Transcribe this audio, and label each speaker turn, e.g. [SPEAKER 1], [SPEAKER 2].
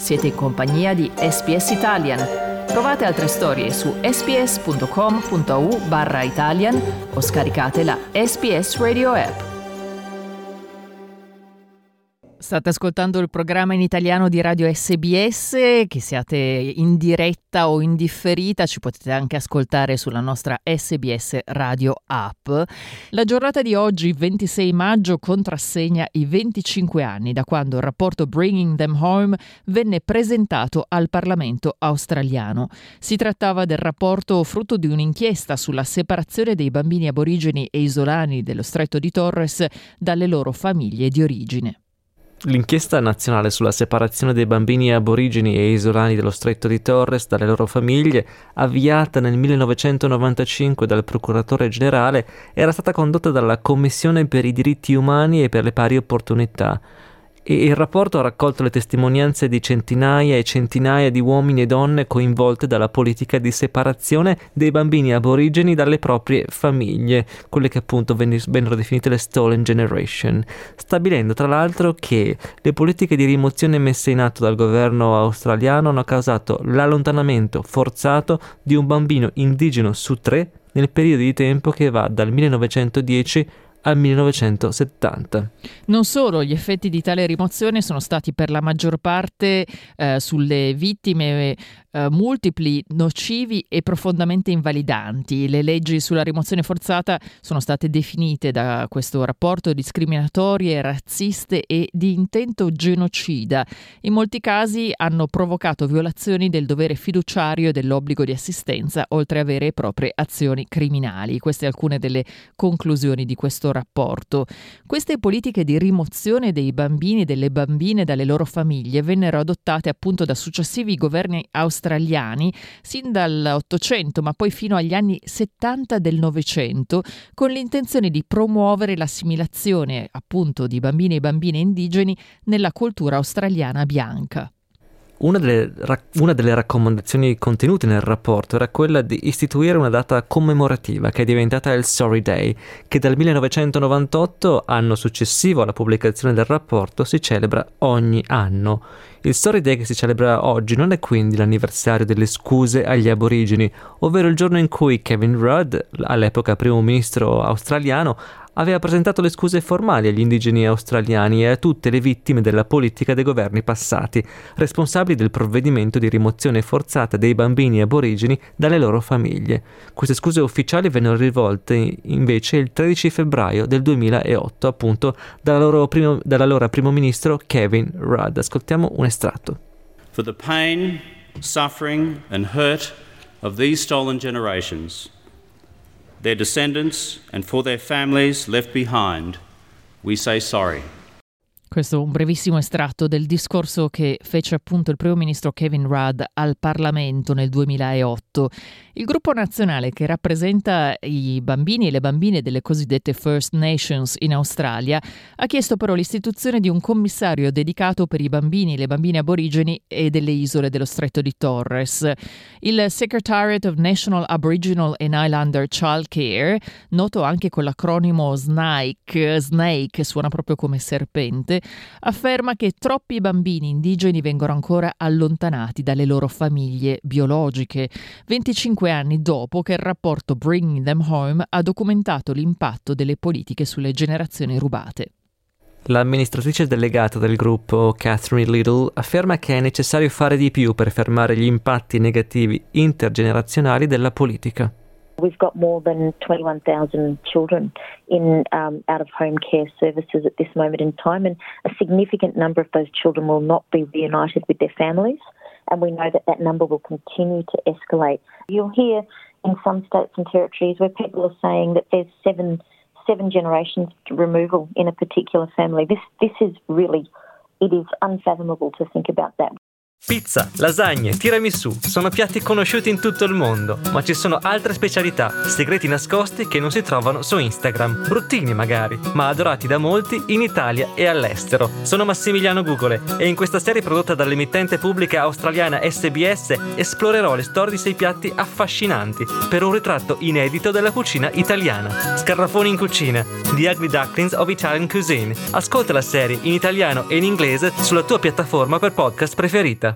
[SPEAKER 1] Siete in compagnia di SBS Italian. Trovate altre storie su sbs.com.au/Italian o scaricate la SBS Radio app. State ascoltando il programma in italiano di Radio SBS, che siate in diretta o in differita ci potete anche ascoltare sulla nostra SBS Radio app. La giornata di oggi, 26 maggio, contrassegna i 25 anni da quando il rapporto Bringing Them Home venne presentato al Parlamento australiano. Si trattava del rapporto frutto di un'inchiesta sulla separazione dei bambini aborigeni e isolani dello Stretto di Torres dalle loro famiglie di origine.
[SPEAKER 2] L'inchiesta nazionale sulla separazione dei bambini aborigeni e isolani dello Stretto di Torres dalle loro famiglie, avviata nel 1995 dal procuratore generale, era stata condotta dalla Commissione per i diritti umani e per le pari opportunità. E il rapporto ha raccolto le testimonianze di centinaia e centinaia di uomini e donne coinvolte dalla politica di separazione dei bambini aborigeni dalle proprie famiglie, quelle che appunto vennero definite le Stolen Generation, stabilendo tra l'altro che le politiche di rimozione messe in atto dal governo australiano hanno causato l'allontanamento forzato di un bambino indigeno su 3 nel periodo di tempo che va dal 1910 al 1970.
[SPEAKER 1] Non solo, gli effetti di tale rimozione sono stati per la maggior parte sulle vittime multipli, nocivi e profondamente invalidanti. Le leggi sulla rimozione forzata sono state definite da questo rapporto discriminatorie, razziste e di intento genocida. In molti casi hanno provocato violazioni del dovere fiduciario e dell'obbligo di assistenza, oltre a vere e proprie azioni criminali. Queste alcune delle conclusioni di questo rapporto. Queste politiche di rimozione dei bambini e delle bambine dalle loro famiglie vennero adottate appunto da successivi governi australiani sin dall'800 ma poi fino agli anni 70 del Novecento, con l'intenzione di promuovere l'assimilazione appunto di bambini e bambine indigeni nella cultura australiana bianca.
[SPEAKER 2] Una delle raccomandazioni contenute nel rapporto era quella di istituire una data commemorativa che è diventata il Sorry Day, che dal 1998, anno successivo alla pubblicazione del rapporto, si celebra ogni anno. Il Sorry Day che si celebra oggi non è quindi l'anniversario delle scuse agli aborigeni, ovvero il giorno in cui Kevin Rudd, all'epoca primo ministro australiano, aveva presentato le scuse formali agli indigeni australiani e a tutte le vittime della politica dei governi passati, responsabili del provvedimento di rimozione forzata dei bambini aborigeni dalle loro famiglie. Queste scuse ufficiali vennero rivolte invece il 13 febbraio del 2008, appunto dall'allora primo ministro Kevin Rudd. Ascoltiamo un estratto.
[SPEAKER 3] For the pain, suffering and hurt of these stolen generations, their descendants and for their families left behind, we say sorry.
[SPEAKER 1] Questo è un brevissimo estratto del discorso che fece appunto il primo ministro Kevin Rudd al Parlamento nel 2008. Il gruppo nazionale che rappresenta i bambini e le bambine delle cosiddette First Nations in Australia ha chiesto però l'istituzione di un commissario dedicato per i bambini e le bambine aborigeni e delle isole dello Stretto di Torres. Il Secretariat of National Aboriginal and Islander Childcare, noto anche con l'acronimo SNAIC, suona proprio come serpente, afferma che troppi bambini indigeni vengono ancora allontanati dalle loro famiglie biologiche, 25 anni dopo che il rapporto Bringing Them Home ha documentato l'impatto delle politiche sulle generazioni rubate.
[SPEAKER 2] L'amministratrice delegata del gruppo, Catherine Little, afferma che è necessario fare di più per fermare gli impatti negativi intergenerazionali della politica.
[SPEAKER 4] We've got more than 21,000 children in out-of-home care services at this moment in time, and a significant number of those children will not be reunited with their families, and we know that number will continue to escalate. You'll hear in some states and territories where people are saying that there's seven generations removal in a particular family. This is really, it is unfathomable to think about that.
[SPEAKER 2] Pizza, lasagne, tiramisù sono piatti conosciuti in tutto il mondo, ma ci sono altre specialità, segreti nascosti che non si trovano su Instagram, bruttini magari, ma adorati da molti in Italia e all'estero. Sono Massimiliano Gugole e in questa serie prodotta dall'emittente pubblica australiana SBS esplorerò le storie di 6 piatti affascinanti per un ritratto inedito della cucina italiana. Scarafoni in cucina, The Ugly Ducklings of Italian Cuisine. Ascolta la serie in italiano e in inglese sulla tua piattaforma per podcast preferita.